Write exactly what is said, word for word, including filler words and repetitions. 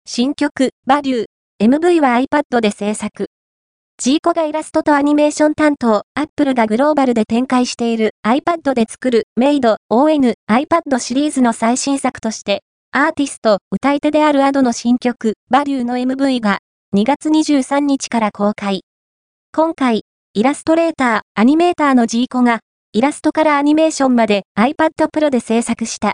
新曲、バリュー、エムブイ は iPad で制作。ジーコがイラストとアニメーション担当、Apple がグローバルで展開している iPad で作るメイド オーエヌ iPad シリーズの最新作として、アーティスト、歌い手である Ado の新曲、バリューの エムブイ がにがつにじゅうさんにちから公開。今回、イラストレーター、アニメーターのジーコが、イラストからアニメーションまで iPad Pro で制作した